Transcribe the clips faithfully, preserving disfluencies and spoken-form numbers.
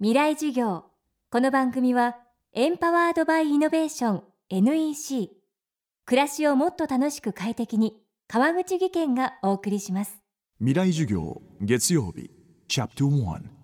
未来授業。この番組はエンパワードバイイノベーション エヌイーシー 暮らしをもっと楽しく快適に川口義賢がお送りします。 未来授業月曜日チャプターワン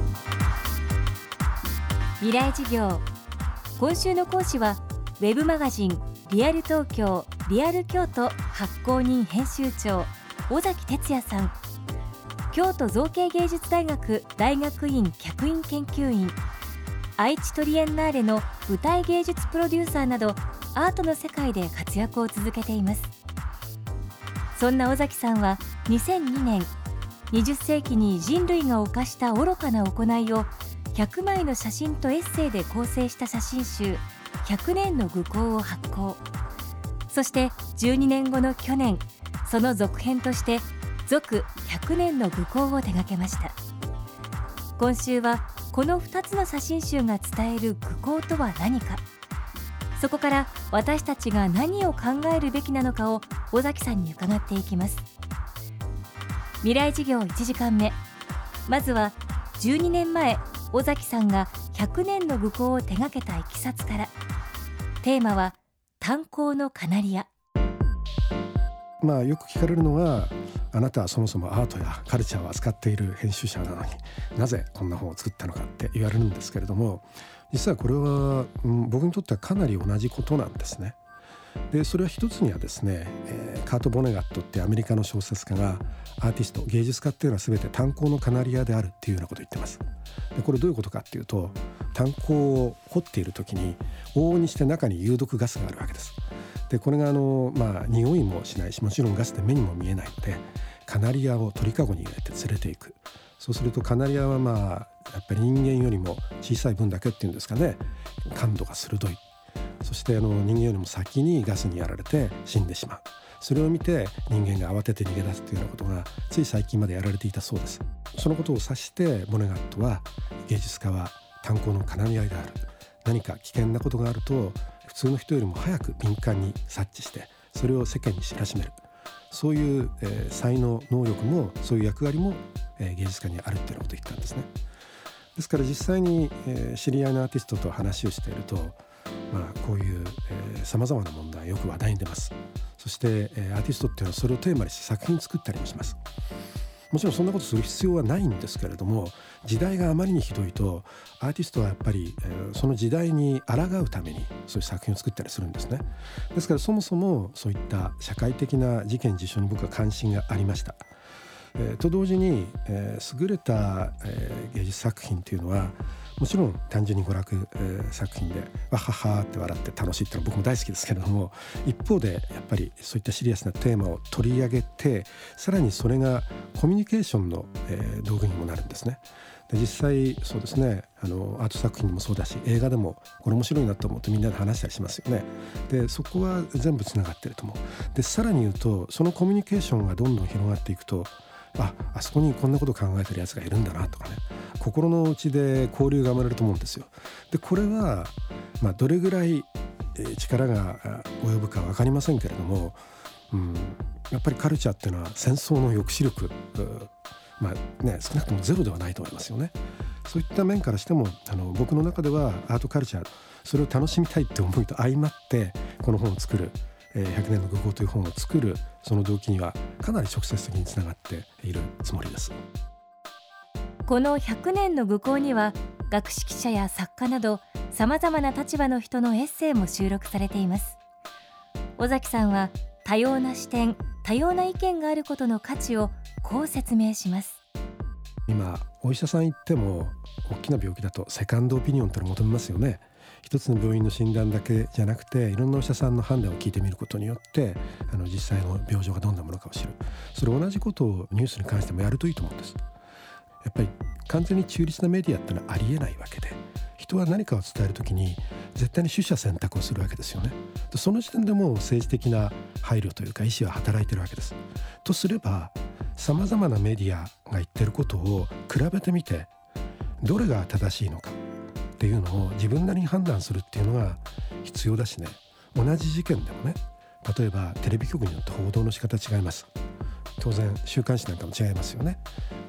未来授業。今週の講師はウェブマガジンリアル東京リアル京都発行人編集長尾崎哲也さん、京都造形芸術大学大学院客員研究員、愛知トリエンナーレの舞台芸術プロデューサーなどアートの世界で活躍を続けています。そんな尾崎さんはにせんにねん、にじゅっ世紀に人類が犯した愚かな行いをひゃくまいの写真とエッセイで構成した写真集ひゃくねんの愚行を発行。そしてじゅうにねんごの去年、その続編として続ひゃくねんの愚行を手掛けました。今週はこのふたつの写真集が伝える愚行とは何か、そこから私たちが何を考えるべきなのかを尾崎さんに伺っていきます。未来授業いちじかんめ、まずはじゅうにねんまえ尾崎さんがひゃくねんの愚行を手掛けたいきさつから。テーマは炭鉱のカナリア。 まあよく聞かれるのは、あなたはそもそもアートやカルチャーを扱っている編集者なのになぜこんな本を作ったのかって言われるんですけれども、実はこれは、うん、僕にとってはかなり同じことなんですね。でそれは一つにはですね、えー、カート・ボネガットってアメリカの小説家がアーティスト芸術家っていうのは全て炭鉱のカナリアであるっていうようなことを言ってます。でこれどういうことかっていうと、炭鉱を掘っている時に往々にして中に有毒ガスがあるわけです。でこれがあの、まあ、匂いもしないし、もちろんガスで目にも見えないので、カナリアを鳥かごに入れて連れていく。そうするとカナリアはまあやっぱり人間よりも小さい分だけっていうんですかね、感度が鋭い。そしてあの人間よりも先にガスにやられて死んでしまう。それを見て人間が慌てて逃げ出すというようなことがつい最近までやられていたそうです。そのことを指してボネガットは、芸術家は炭鉱のカナリアである。何か危険なことがあると普通の人よりも早く敏感に察知してそれを世間に知らしめる。そういう、えー、才能能力もそういう役割も、えー、芸術家にあるというようなことを言ったんですね。ですから実際に、えー、知り合いのアーティストと話をしていると、まあ、こういうさまざまな問題よく話題に出ます。そして、えー、アーティストっていうのはそれをテーマにして作品作ったりもします。もちろんそんなことする必要はないんですけれども、時代があまりにひどいとアーティストはやっぱり、えー、その時代に抗うためにそういう作品を作ったりするんですね。ですからそもそもそういった社会的な事件事象に僕は関心がありました。えー、と同時に、えー、優れた、えー、芸術作品というのはもちろん単純に娯楽、えー、作品でわははって笑って楽しいっていうのは僕も大好きですけれども、一方でやっぱりそういったシリアスなテーマを取り上げて、さらにそれがコミュニケーションの、えー、道具にもなるんですね。で実際そうですね、あのアート作品でもそうだし、映画でもこれ面白いなと思ってみんなで話したりしますよね。でそこは全部つながってると思う。でさらに言うと、そのコミュニケーションがどんどん広がっていくと、あ、あそこにこんなこと考えてるやつがいるんだなとかね、心の内で交流が生まれると思うんですよ。でこれは、まあ、どれぐらい力が及ぶか分かりませんけれども、うん、やっぱりカルチャーっていうのは戦争の抑止力、まあね、少なくともゼロではないと思いますよね。そういった面からしても、あの僕の中ではアートカルチャー、それを楽しみたいって思いと相まってこの本を作る、ひゃくねんの愚行という本を作る、その動機にはかなり直接的につながっているつもりです。 このひゃくねんの愚行には学識者や作家などさまざまな立場の人のエッセイも収録されています。尾崎さんは多様な視点、多様な意見があることの価値をこう説明します。 今お医者さん行っても大きな病気だとセカンドオピニオンってのを求めますよね。一つの病院の診断だけじゃなくて、いろんなお医者さんの判断を聞いてみることによってあの実際の病状がどんなものかを知る。それ同じことをニュースに関してもやるといいと思うんです。やっぱり完全に中立なメディアってのはありえないわけで、人は何かを伝えるときに絶対に取捨選択をするわけですよね。でその時点でもう政治的な配慮というか意思は働いてるわけです。とすれば、さまざまなメディアが言ってることを比べてみて、どれが正しいのかっていうのを自分なりに判断するっていうのが必要だしね。同じ事件でもね、例えばテレビ局によって報道の仕方違います。当然週刊誌なんかも違いますよね。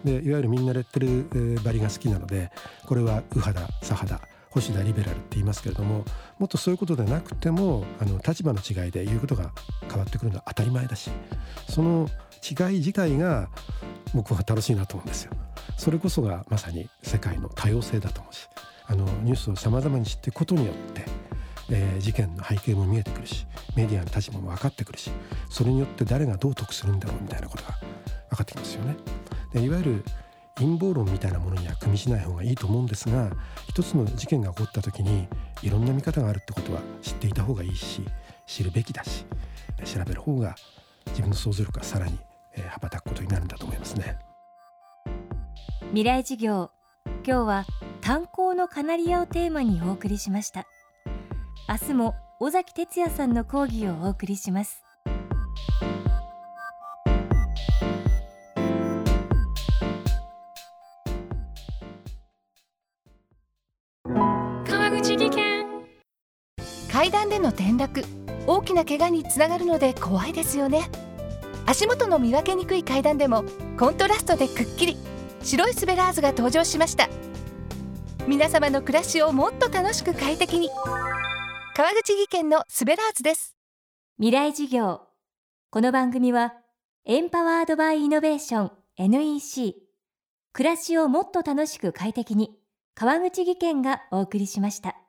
でいわゆるみんなレッテル、えー、張りが好きなので、これは右派だ左派だ保守だリベラルって言いますけれども、もっとそういうことでなくてもあの立場の違いで言うことが変わってくるのは当たり前だし、その違い自体が僕は楽しいなと思うんですよ。それこそがまさに世界の多様性だと思うし、あのニュースをさまざまに知っていくことによって、えー、事件の背景も見えてくるし、メディアの立場も分かってくるし、それによって誰がどう得するんだろうみたいなことが分かってきますよね。でいわゆる陰謀論みたいなものには組みしない方がいいと思うんですが、一つの事件が起こった時にいろんな見方があるってことは知っていた方がいいし、知るべきだし、調べる方が自分の想像力がさらに羽ばたくことになるんだと思いますね。 未来授業、今日は炭鉱のカナリアをテーマにお送りしました。明日も尾崎哲也さんの講義をお送りします。 川口技研。階段での転落、大きな怪我につながるので怖いですよね。足元の見分けにくい階段でもコントラストでくっきり白いスベラーズが登場しました。皆様の暮らしをもっと楽しく快適に、川口技研のスベラーズです。 未来授業、この番組はエンパワードバイイノベーション エヌイーシー、 暮らしをもっと楽しく快適に、川口技研がお送りしました。